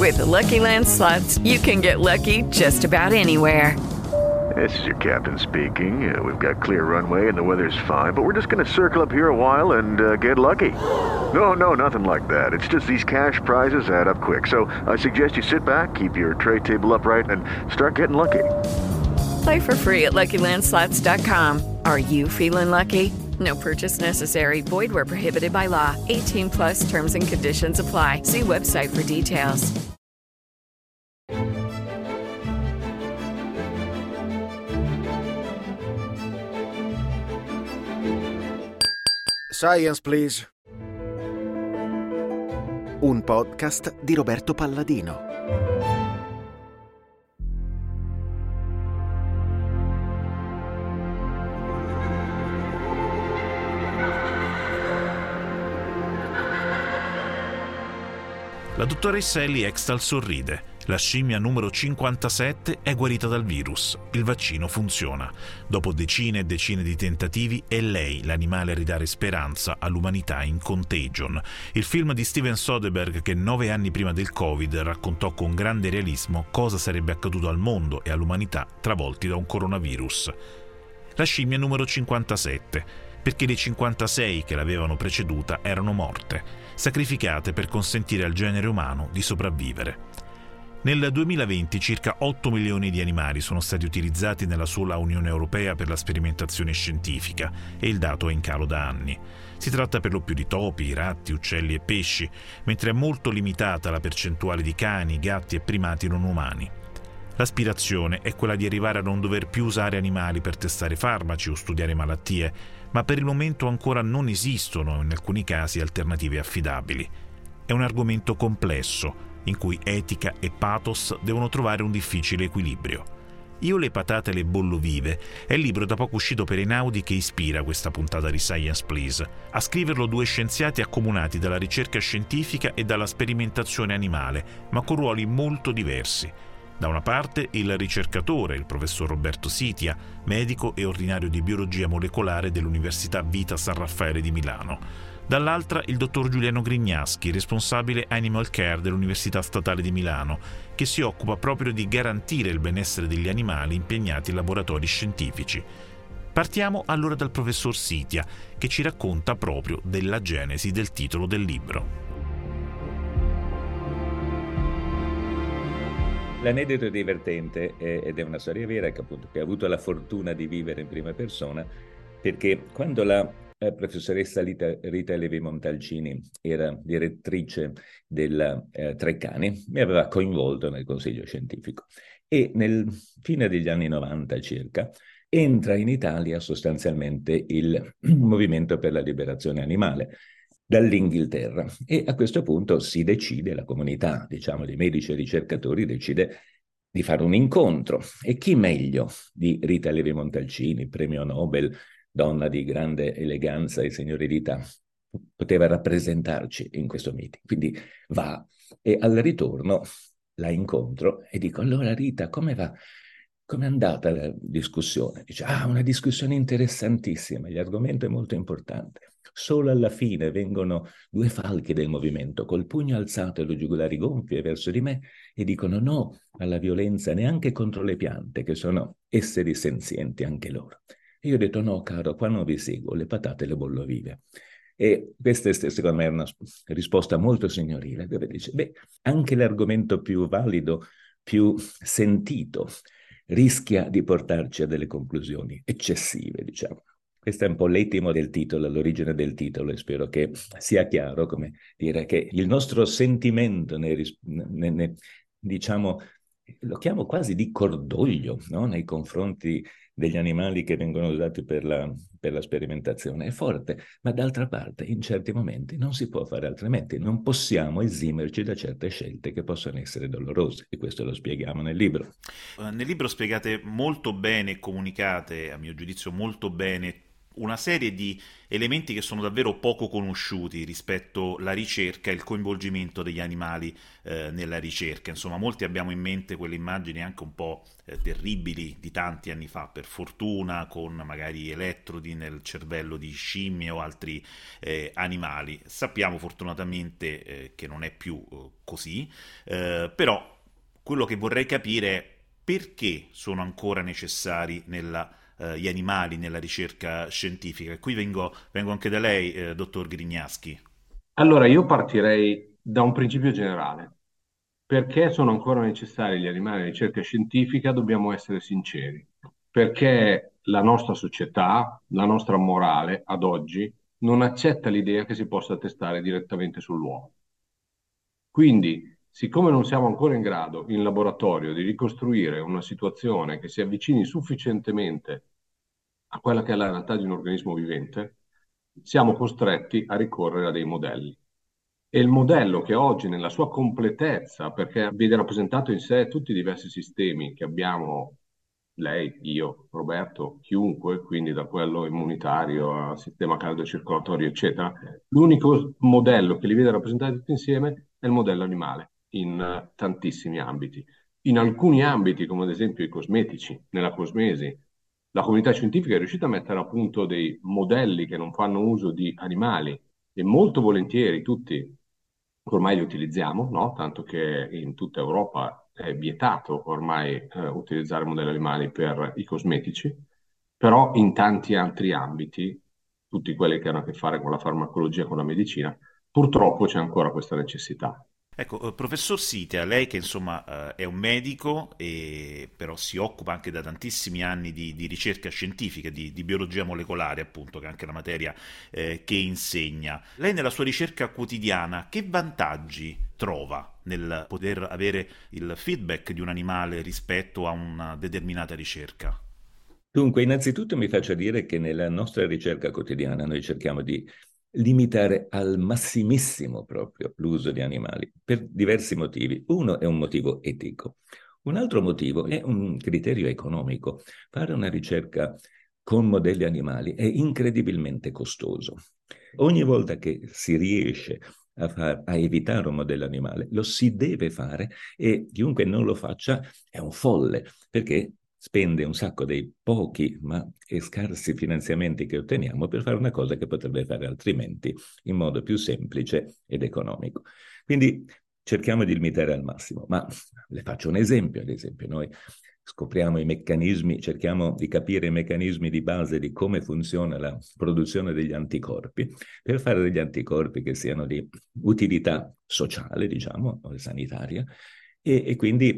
With the Lucky Land Slots, you can get lucky just about anywhere. This is your captain speaking. We've got clear runway and the weather's fine, but we're just going to circle up here a while and get lucky. No, nothing like that. It's just these cash prizes add up quick. So I suggest you sit back, keep your tray table upright, and start getting lucky. Play for free at LuckyLandSlots.com. Are you feeling lucky? No purchase necessary. Void where prohibited by law. 18 plus terms and conditions apply. See website for details. Science, please. Un podcast di Roberto Palladino. La dottoressa Ellie Extal sorride. La scimmia numero 57 è guarita dal virus. Il vaccino funziona. Dopo decine e decine di tentativi è lei l'animale a ridare speranza all'umanità in Contagion, il film di Steven Soderbergh che 9 anni prima del Covid raccontò con grande realismo cosa sarebbe accaduto al mondo e all'umanità travolti da un coronavirus. La scimmia numero 57, perché le 56 che l'avevano preceduta erano morte, sacrificate per consentire al genere umano di sopravvivere. Nel 2020 circa 8 milioni di animali sono stati utilizzati nella sola Unione Europea per la sperimentazione scientifica e il dato è in calo da anni. Si tratta per lo più di topi, ratti, uccelli e pesci, mentre è molto limitata la percentuale di cani, gatti e primati non umani. L'aspirazione è quella di arrivare a non dover più usare animali per testare farmaci o studiare malattie, ma per il momento ancora non esistono in alcuni casi alternative affidabili. È un argomento complesso, in cui etica e pathos devono trovare un difficile equilibrio. Io le patate le bollo vive è il libro da poco uscito per Einaudi che ispira questa puntata di Science Please. A scriverlo 2 scienziati accomunati dalla ricerca scientifica e dalla sperimentazione animale, ma con ruoli molto diversi. Da una parte il ricercatore, il professor Roberto Sitia, medico e ordinario di biologia molecolare dell'Università Vita San Raffaele di Milano. Dall'altra il dottor Giuliano Grignaschi, responsabile Animal Care dell'Università Statale di Milano, che si occupa proprio di garantire il benessere degli animali impegnati in laboratori scientifici. Partiamo allora dal professor Sitia, che ci racconta proprio della genesi del titolo del libro. L'aneddoto è divertente ed è una storia vera che appunto che ho avuto la fortuna di vivere in prima persona, perché quando la professoressa Rita Levi-Montalcini era direttrice della Treccani, mi aveva coinvolto nel consiglio scientifico e nel fine degli anni 90 circa entra in Italia sostanzialmente il Movimento per la Liberazione Animale dall'Inghilterra e a questo punto si decide, la comunità diciamo di medici e ricercatori decide di fare un incontro e chi meglio di Rita Levi-Montalcini, premio Nobel, donna di grande eleganza e signorilità, poteva rappresentarci in questo meeting. Quindi va e al ritorno la incontro e dico: allora Rita, come va? Com'è andata la discussione? Dice: una discussione interessantissima, l'argomento è molto importante. Solo alla fine vengono 2 falchi del movimento col pugno alzato e le giugulari gonfie verso di me e dicono no alla violenza neanche contro le piante, che sono esseri senzienti anche loro. E io ho detto: no caro, qua non vi seguo, le patate le bollo vive. E questa è secondo me una risposta molto signorile, dove dice: anche l'argomento più valido, più sentito, rischia di portarci a delle conclusioni eccessive, diciamo. Questo è un po' l'etimo del titolo, l'origine del titolo, e spero che sia chiaro, come dire che il nostro sentimento, diciamo, lo chiamo quasi di cordoglio, no? Nei confronti degli animali che vengono usati per la sperimentazione è forte, ma d'altra parte in certi momenti non si può fare altrimenti, non possiamo esimerci da certe scelte che possono essere dolorose, e questo lo spieghiamo nel libro. Nel libro spiegate molto bene e comunicate, a mio giudizio molto bene, una serie di elementi che sono davvero poco conosciuti rispetto alla ricerca e il coinvolgimento degli animali nella ricerca. Insomma, molti abbiamo in mente quelle immagini anche un po' terribili di tanti anni fa, per fortuna, con magari elettrodi nel cervello di scimmie o altri animali. Sappiamo fortunatamente che non è più così, però quello che vorrei capire è perché sono ancora necessari gli animali nella ricerca scientifica. E qui vengo anche da lei, dottor Grignaschi. Allora, io partirei da un principio generale. Perché sono ancora necessari gli animali in ricerca scientifica? Dobbiamo essere sinceri. Perché la nostra società, la nostra morale ad oggi non accetta l'idea che si possa testare direttamente sull'uomo. Quindi, siccome non siamo ancora in grado in laboratorio di ricostruire una situazione che si avvicini sufficientemente a quella che è la realtà di un organismo vivente, siamo costretti a ricorrere a dei modelli. E il modello che oggi nella sua completezza, perché vede rappresentato in sé tutti i diversi sistemi che abbiamo, lei, io, Roberto, chiunque, quindi da quello immunitario al sistema cardiocircolatorio, eccetera, l'unico modello che li vede rappresentati tutti insieme è il modello animale, in tantissimi ambiti. In alcuni ambiti, come ad esempio i cosmetici, nella cosmesi, la comunità scientifica è riuscita a mettere a punto dei modelli che non fanno uso di animali e molto volentieri tutti ormai li utilizziamo, no? Tanto che in tutta Europa è vietato ormai utilizzare modelli animali per i cosmetici, però in tanti altri ambiti, tutti quelli che hanno a che fare con la farmacologia, con la medicina, purtroppo c'è ancora questa necessità. Ecco, professor Sitea, lei che insomma è un medico e però si occupa anche da tantissimi anni di ricerca scientifica, di biologia molecolare, appunto, che è anche la materia che insegna. Lei nella sua ricerca quotidiana che vantaggi trova nel poter avere il feedback di un animale rispetto a una determinata ricerca? Dunque, innanzitutto mi faccia dire che nella nostra ricerca quotidiana noi cerchiamo di limitare al massimissimo proprio l'uso di animali per diversi motivi. Uno è un motivo etico, un altro motivo è un criterio economico. Fare una ricerca con modelli animali è incredibilmente costoso. Ogni volta che si riesce a evitare un modello animale, lo si deve fare e chiunque non lo faccia è un folle, perché spende un sacco dei pochi ma scarsi finanziamenti che otteniamo per fare una cosa che potrebbe fare altrimenti in modo più semplice ed economico. Quindi cerchiamo di limitare al massimo, ma le faccio un esempio, ad esempio noi scopriamo i meccanismi, cerchiamo di capire i meccanismi di base di come funziona la produzione degli anticorpi, per fare degli anticorpi che siano di utilità sociale, diciamo, o sanitaria, e quindi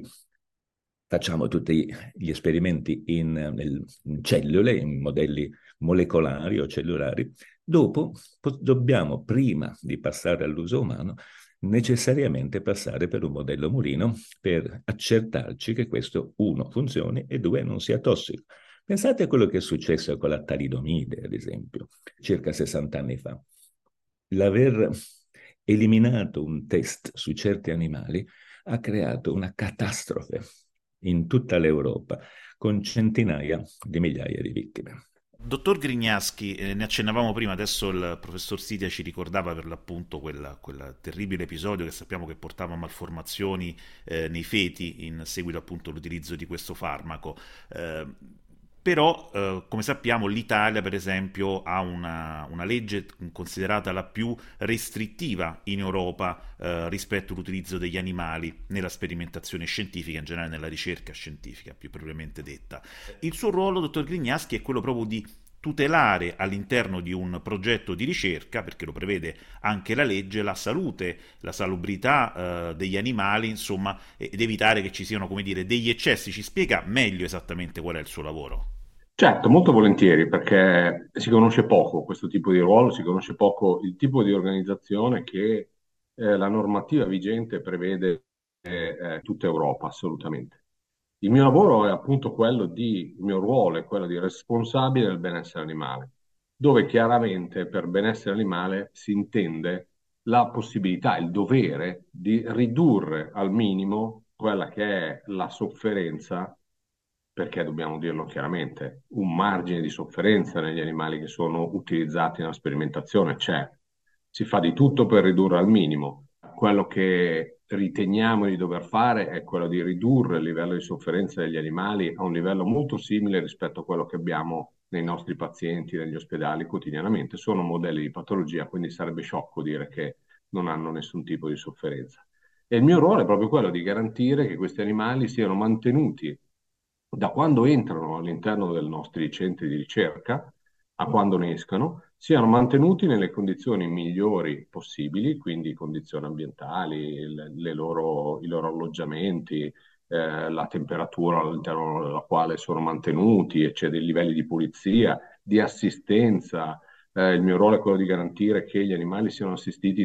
facciamo tutti gli esperimenti in cellule, in modelli molecolari o cellulari. Dopo dobbiamo, prima di passare all'uso umano, necessariamente passare per un modello murino per accertarci che questo, uno, funzioni e due, non sia tossico. Pensate a quello che è successo con la talidomide, ad esempio, circa 60 anni fa. L'aver eliminato un test su certi animali ha creato una catastrofe in tutta l'Europa, con centinaia di migliaia di vittime. Dottor Grignaschi, ne accennavamo prima, adesso il professor Sitia ci ricordava per l'appunto quel terribile episodio che sappiamo che portava a malformazioni nei feti in seguito appunto all'utilizzo di questo farmaco. Però, come sappiamo, l'Italia, per esempio, ha una legge considerata la più restrittiva in Europa rispetto all'utilizzo degli animali nella sperimentazione scientifica, in generale nella ricerca scientifica, più propriamente detta. Il suo ruolo, dottor Grignaschi, è quello proprio di tutelare all'interno di un progetto di ricerca, perché lo prevede anche la legge, la salute, la salubrità degli animali, insomma, ed evitare che ci siano, come dire, degli eccessi. Ci spiega meglio esattamente qual è il suo lavoro? Certo, molto volentieri, perché si conosce poco questo tipo di ruolo, si conosce poco il tipo di organizzazione che la normativa vigente prevede tutta Europa, assolutamente. Il mio lavoro è appunto il mio ruolo è quello di responsabile del benessere animale, dove chiaramente per benessere animale si intende la possibilità, il dovere di ridurre al minimo quella che è la sofferenza perché dobbiamo dirlo chiaramente, un margine di sofferenza negli animali che sono utilizzati nella sperimentazione c'è. Si fa di tutto per ridurre al minimo. Quello che riteniamo di dover fare è quello di ridurre il livello di sofferenza degli animali a un livello molto simile rispetto a quello che abbiamo nei nostri pazienti, negli ospedali quotidianamente. Sono modelli di patologia, quindi sarebbe sciocco dire che non hanno nessun tipo di sofferenza. E il mio ruolo è proprio quello di garantire che questi animali siano mantenuti da quando entrano all'interno dei nostri centri di ricerca a quando ne escano, siano mantenuti nelle condizioni migliori possibili, quindi condizioni ambientali, i loro alloggiamenti, la temperatura all'interno della quale sono mantenuti, e c'è dei livelli di pulizia, di assistenza. Il mio ruolo è quello di garantire che gli animali siano assistiti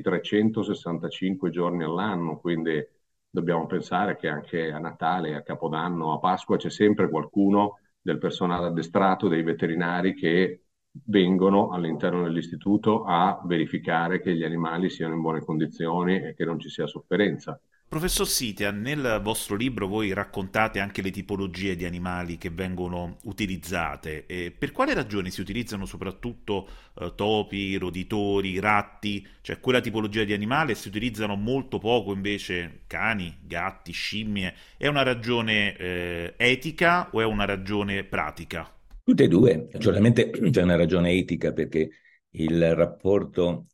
365 giorni all'anno, quindi dobbiamo pensare che anche a Natale, a Capodanno, a Pasqua c'è sempre qualcuno del personale addestrato, dei veterinari che vengono all'interno dell'istituto a verificare che gli animali siano in buone condizioni e che non ci sia sofferenza. Professor Sitia, nel vostro libro voi raccontate anche le tipologie di animali che vengono utilizzate. Per quale ragione si utilizzano soprattutto topi, roditori, ratti, cioè quella tipologia di animale, si utilizzano molto poco invece cani, gatti, scimmie? È una ragione etica o è una ragione pratica? Tutte e due, naturalmente c'è una ragione etica perché il rapporto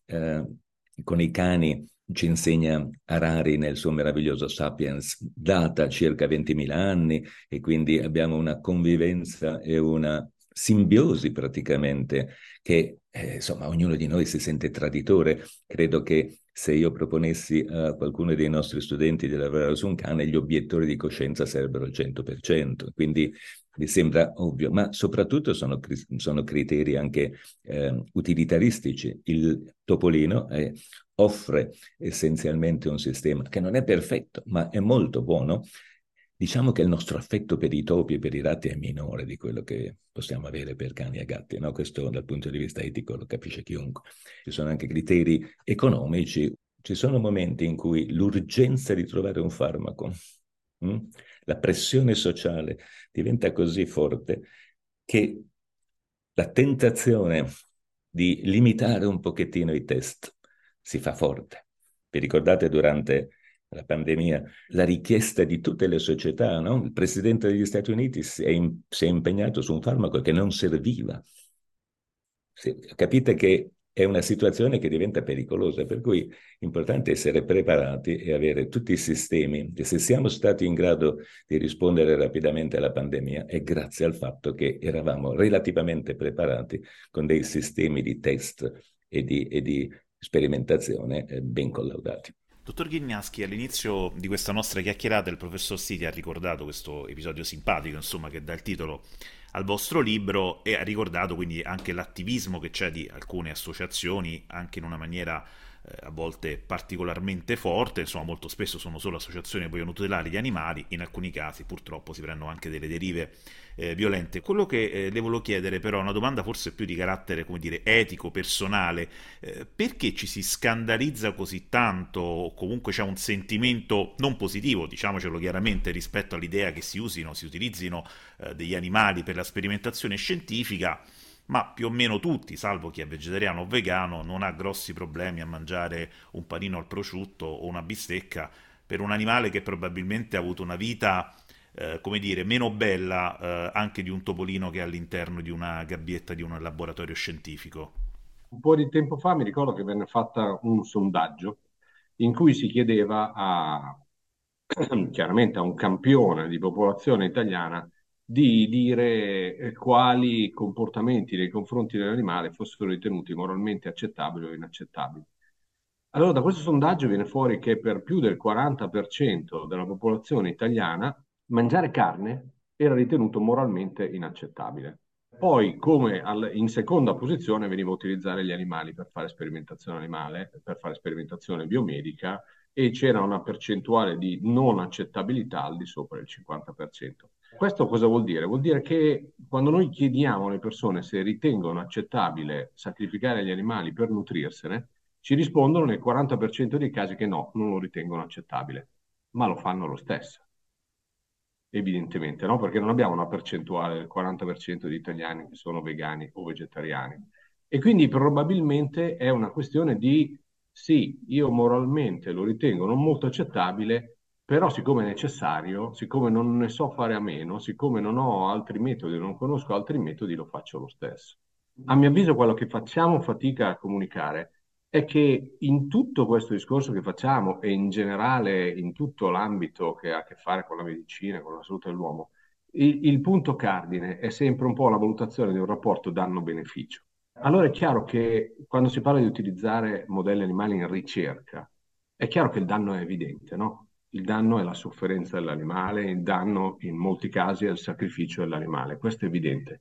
con i cani ci insegna Harari nel suo meraviglioso Sapiens, data circa 20.000 anni, e quindi abbiamo una convivenza e una simbiosi praticamente che insomma ognuno di noi si sente traditore. Credo che se io proponessi a qualcuno dei nostri studenti di lavorare su un cane, gli obiettori di coscienza sarebbero il 100%, quindi mi sembra ovvio, ma soprattutto sono criteri anche utilitaristici. Il topolino offre essenzialmente un sistema che non è perfetto, ma è molto buono. Diciamo che il nostro affetto per i topi e per i ratti è minore di quello che possiamo avere per cani e gatti, no? Questo dal punto di vista etico lo capisce chiunque. Ci sono anche criteri economici. Ci sono momenti in cui l'urgenza di trovare un farmaco, la pressione sociale diventa così forte che la tentazione di limitare un pochettino i test si fa forte. Vi ricordate durante la pandemia la richiesta di tutte le società, no? Il presidente degli Stati Uniti si è impegnato su un farmaco che non serviva. Capite che è una situazione che diventa pericolosa, per cui è importante essere preparati e avere tutti i sistemi. E se siamo stati in grado di rispondere rapidamente alla pandemia è grazie al fatto che eravamo relativamente preparati con dei sistemi di test e di sperimentazione ben collaudati. Dottor Ghignaschi, all'inizio di questa nostra chiacchierata il professor Siti ha ricordato questo episodio simpatico, insomma, che dà il titolo al vostro libro, e ha ricordato quindi anche l'attivismo che c'è di alcune associazioni, anche in una maniera a volte particolarmente forte. Insomma, molto spesso sono solo associazioni che vogliono tutelare gli animali, in alcuni casi purtroppo si prendono anche delle derive violente. Quello che le volevo chiedere però è una domanda forse più di carattere, come dire, etico, personale. Perché ci si scandalizza così tanto, o comunque c'è un sentimento non positivo, diciamocelo chiaramente, rispetto all'idea che si utilizzino degli animali per la sperimentazione scientifica, ma più o meno tutti, salvo chi è vegetariano o vegano, non ha grossi problemi a mangiare un panino al prosciutto o una bistecca per un animale che probabilmente ha avuto una vita, come dire, meno bella anche di un topolino che è all'interno di una gabbietta di un laboratorio scientifico. Un po' di tempo fa mi ricordo che venne fatto un sondaggio in cui si chiedeva chiaramente a un campione di popolazione italiana di dire quali comportamenti nei confronti dell'animale fossero ritenuti moralmente accettabili o inaccettabili. Allora, da questo sondaggio viene fuori che per più del 40% della popolazione italiana mangiare carne era ritenuto moralmente inaccettabile. Poi, in seconda posizione, veniva a utilizzare gli animali per fare sperimentazione animale, per fare sperimentazione biomedica, e c'era una percentuale di non accettabilità al di sopra del 50%. Questo cosa vuol dire? Vuol dire che quando noi chiediamo alle persone se ritengono accettabile sacrificare gli animali per nutrirsene, ci rispondono nel 40% dei casi che no, non lo ritengono accettabile, ma lo fanno lo stesso. evidentemente, no? Perché non abbiamo una percentuale del 40% di italiani che sono vegani o vegetariani. E quindi probabilmente è una questione di, sì, io moralmente lo ritengo non molto accettabile, però siccome è necessario, siccome non ne so fare a meno, siccome non ho altri metodi, non conosco altri metodi, lo faccio lo stesso. A mio avviso quello che facciamo fatica a comunicare è che in tutto questo discorso che facciamo e in generale in tutto l'ambito che ha a che fare con la medicina, con la salute dell'uomo, il punto cardine è sempre un po' la valutazione di un rapporto danno-beneficio. Allora è chiaro che quando si parla di utilizzare modelli animali in ricerca, è chiaro che il danno è evidente, no? Il danno è la sofferenza dell'animale, il danno in molti casi è il sacrificio dell'animale, questo è evidente.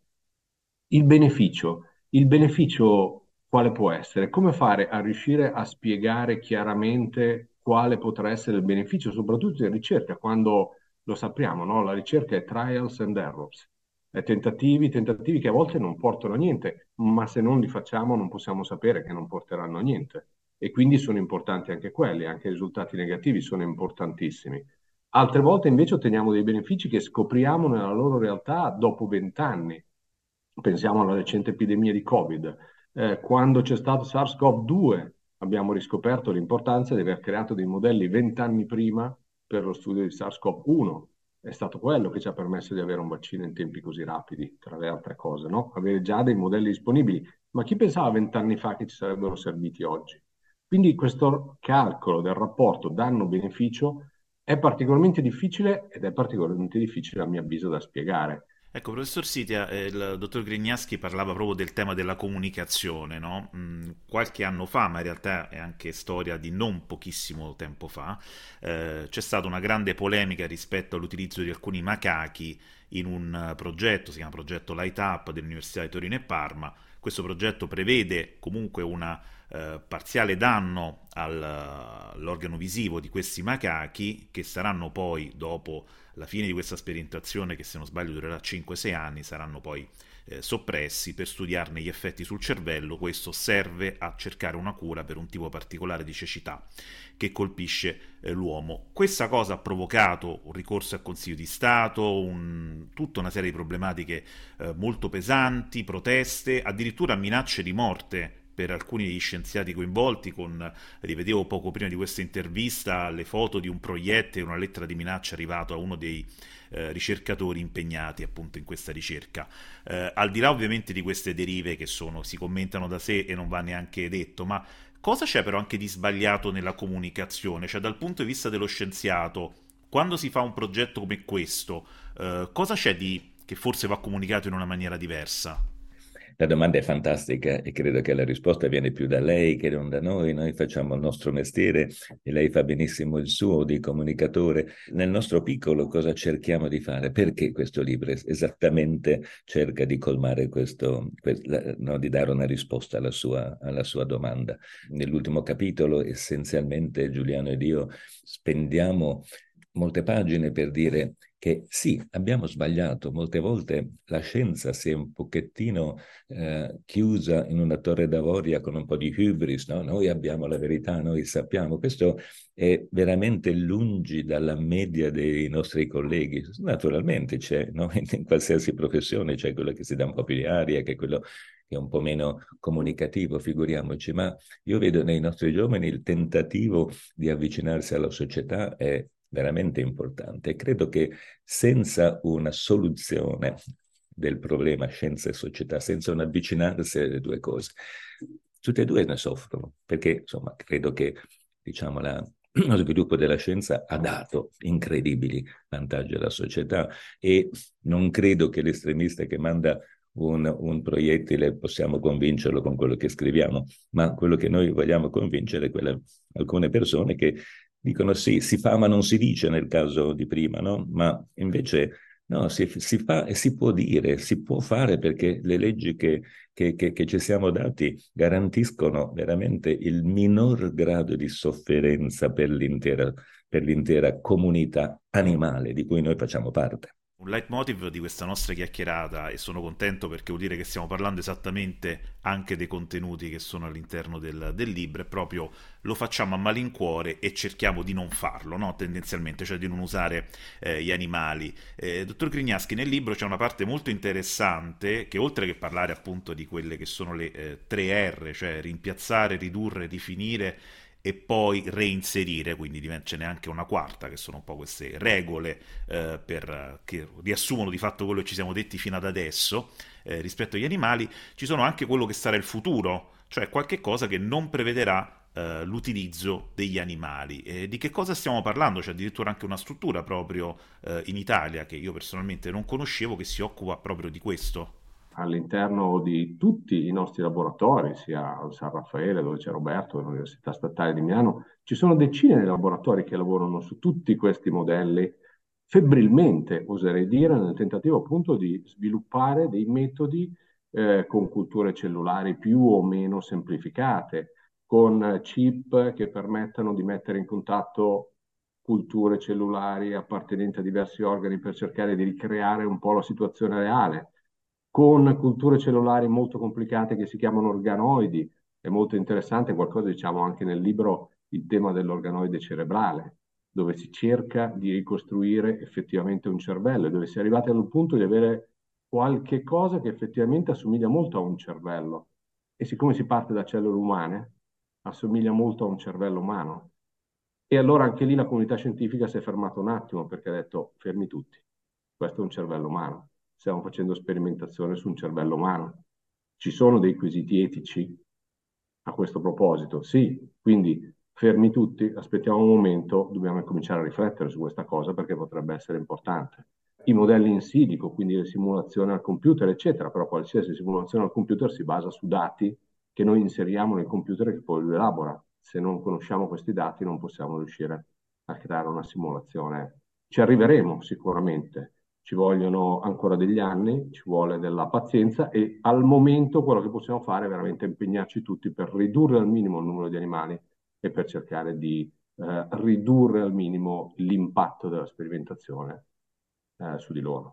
Il beneficio quale può essere? Come fare a riuscire a spiegare chiaramente quale potrà essere il beneficio, soprattutto in ricerca, quando lo sappiamo, no? La ricerca è trials and errors, è tentativi che a volte non portano a niente, ma se non li facciamo non possiamo sapere che non porteranno a niente. E quindi sono importanti anche quelli, anche i risultati negativi sono importantissimi. Altre volte invece otteniamo dei benefici che scopriamo nella loro realtà dopo 20 anni. Pensiamo alla recente epidemia di Covid. Quando c'è stato SARS-CoV-2 abbiamo riscoperto l'importanza di aver creato dei modelli 20 anni prima per lo studio di SARS-CoV-1. È stato quello che ci ha permesso di avere un vaccino in tempi così rapidi, tra le altre cose, no? Avere già dei modelli disponibili. Ma chi pensava 20 anni fa che ci sarebbero serviti oggi? Quindi questo calcolo del rapporto danno-beneficio è particolarmente difficile ed è particolarmente difficile a mio avviso da spiegare. Ecco, professor Sitia, il dottor Grignaschi parlava proprio del tema della comunicazione, no? Qualche anno fa, ma in realtà è anche storia di non pochissimo tempo fa, c'è stata una grande polemica rispetto all'utilizzo di alcuni macachi in un progetto, si chiama progetto Light Up dell'Università di Torino e Parma. Questo progetto prevede comunque una parziale danno all'organo visivo di questi macachi che saranno poi, dopo la fine di questa sperimentazione, che se non sbaglio durerà 5-6 anni, saranno poi soppressi per studiarne gli effetti sul cervello. Questo serve a cercare una cura per un tipo particolare di cecità che colpisce l'uomo. Questa cosa ha provocato un ricorso al Consiglio di Stato, tutta una serie di problematiche molto pesanti, proteste, addirittura minacce di morte per alcuni degli scienziati coinvolti, rivedevo poco prima di questa intervista le foto di un proiettile, una lettera di minaccia arrivato a uno dei ricercatori impegnati appunto in questa ricerca. Al di là ovviamente di queste derive che si commentano da sé e non va neanche detto, ma cosa c'è però anche di sbagliato nella comunicazione? Cioè, dal punto di vista dello scienziato, quando si fa un progetto come questo, cosa c'è che forse va comunicato in una maniera diversa? La domanda è fantastica e credo che la risposta viene più da lei che non da noi. Noi facciamo il nostro mestiere e lei fa benissimo il suo di comunicatore. Nel nostro piccolo cosa cerchiamo di fare? Perché questo libro esattamente cerca di colmare no, di dare una risposta alla sua domanda. Nell'ultimo capitolo essenzialmente Giuliano ed io spendiamo molte pagine per dire che sì, abbiamo sbagliato, molte volte la scienza si è un pochettino chiusa in una torre d'avorio con un po' di hubris, no? Noi abbiamo la verità, noi sappiamo, questo è veramente lungi dalla media dei nostri colleghi. Naturalmente c'è, no? In qualsiasi professione c'è quello che si dà un po' più di aria, che è quello che è un po' meno comunicativo, figuriamoci, ma io vedo nei nostri giovani il tentativo di avvicinarsi alla società è veramente importante. Credo che senza una soluzione del problema scienza e società, senza un avvicinarsi alle due cose, tutte e due ne soffrono, perché insomma credo che diciamo lo sviluppo della scienza ha dato incredibili vantaggi alla società e non credo che l'estremista che manda un proiettile possiamo convincerlo con quello che scriviamo, ma quello che noi vogliamo convincere è alcune persone che dicono sì, si fa ma non si dice nel caso di prima, no? Ma invece no, si fa e si può dire, si può fare perché le leggi che ci siamo dati garantiscono veramente il minor grado di sofferenza per l'intera comunità animale di cui noi facciamo parte. Un leitmotiv di questa nostra chiacchierata, e sono contento perché vuol dire che stiamo parlando esattamente anche dei contenuti che sono all'interno del libro, è proprio lo facciamo a malincuore e cerchiamo di non farlo, no? Tendenzialmente, cioè di non usare gli animali. Dottor Grignaschi, nel libro c'è una parte molto interessante che, oltre che parlare appunto di quelle che sono le 3 R, cioè rimpiazzare, ridurre, rifinire e poi reinserire, quindi ce n'è anche una quarta, che sono un po' queste regole che riassumono di fatto quello che ci siamo detti fino ad adesso rispetto agli animali. Ci sono anche quello che sarà il futuro, cioè qualche cosa che non prevederà l'utilizzo degli animali. Di che cosa stiamo parlando? C'è addirittura anche una struttura proprio in Italia, che io personalmente non conoscevo, che si occupa proprio di questo. All'interno di tutti i nostri laboratori, sia a San Raffaele, dove c'è Roberto, all'Università Statale di Milano, ci sono decine di laboratori che lavorano su tutti questi modelli, febbrilmente, oserei dire, nel tentativo appunto di sviluppare dei metodi con culture cellulari più o meno semplificate, con chip che permettano di mettere in contatto culture cellulari appartenenti a diversi organi per cercare di ricreare un po' la situazione reale, con culture cellulari molto complicate che si chiamano organoidi. È molto interessante, qualcosa diciamo anche nel libro, il tema dell'organoide cerebrale, dove si cerca di ricostruire effettivamente un cervello, dove si è arrivati al punto di avere qualche cosa che effettivamente assomiglia molto a un cervello. E siccome si parte da cellule umane, assomiglia molto a un cervello umano. E allora anche lì la comunità scientifica si è fermata un attimo, perché ha detto: fermi tutti, questo è un cervello umano. Stiamo facendo sperimentazione su un cervello umano. Ci sono dei quesiti etici a questo proposito? Sì, quindi fermi tutti, aspettiamo un momento, dobbiamo cominciare a riflettere su questa cosa perché potrebbe essere importante. I modelli in silico, quindi le simulazioni al computer, eccetera, però qualsiasi simulazione al computer si basa su dati che noi inseriamo nel computer che poi lo elabora. Se non conosciamo questi dati non possiamo riuscire a creare una simulazione. Ci arriveremo sicuramente. Ci vogliono ancora degli anni, ci vuole della pazienza e al momento quello che possiamo fare è veramente impegnarci tutti per ridurre al minimo il numero di animali e per cercare di ridurre al minimo l'impatto della sperimentazione su di loro.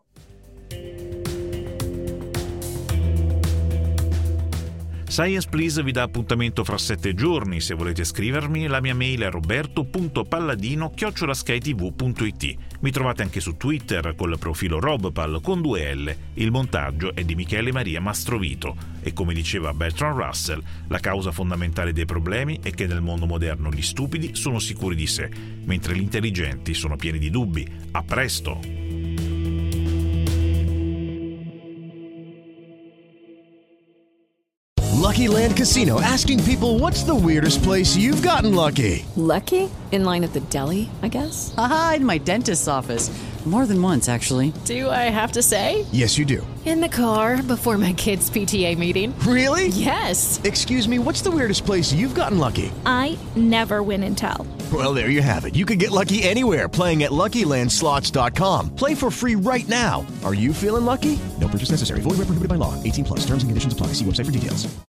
Science Please vi dà appuntamento fra 7 giorni. Se volete scrivermi, la mia mail è roberto.palladino@skytv.it. Mi trovate anche su Twitter col profilo robpal con 2 L. Il montaggio è di Michele Maria Mastrovito e, come diceva Bertrand Russell, la causa fondamentale dei problemi è che nel mondo moderno gli stupidi sono sicuri di sé, mentre gli intelligenti sono pieni di dubbi. A presto! Lucky Land Casino, asking people, what's the weirdest place you've gotten lucky? Lucky? In line at the deli, I guess? Aha, in my dentist's office. More than once, actually. Do I have to say? Yes, you do. In the car before my kids' PTA meeting. Really? Yes. Excuse me, what's the weirdest place you've gotten lucky? I never win and tell. Well, there you have it. You can get lucky anywhere, playing at LuckyLandSlots.com. Play for free right now. Are you feeling lucky? No purchase necessary. Void where prohibited by law. 18+. Terms and conditions apply. See website for details.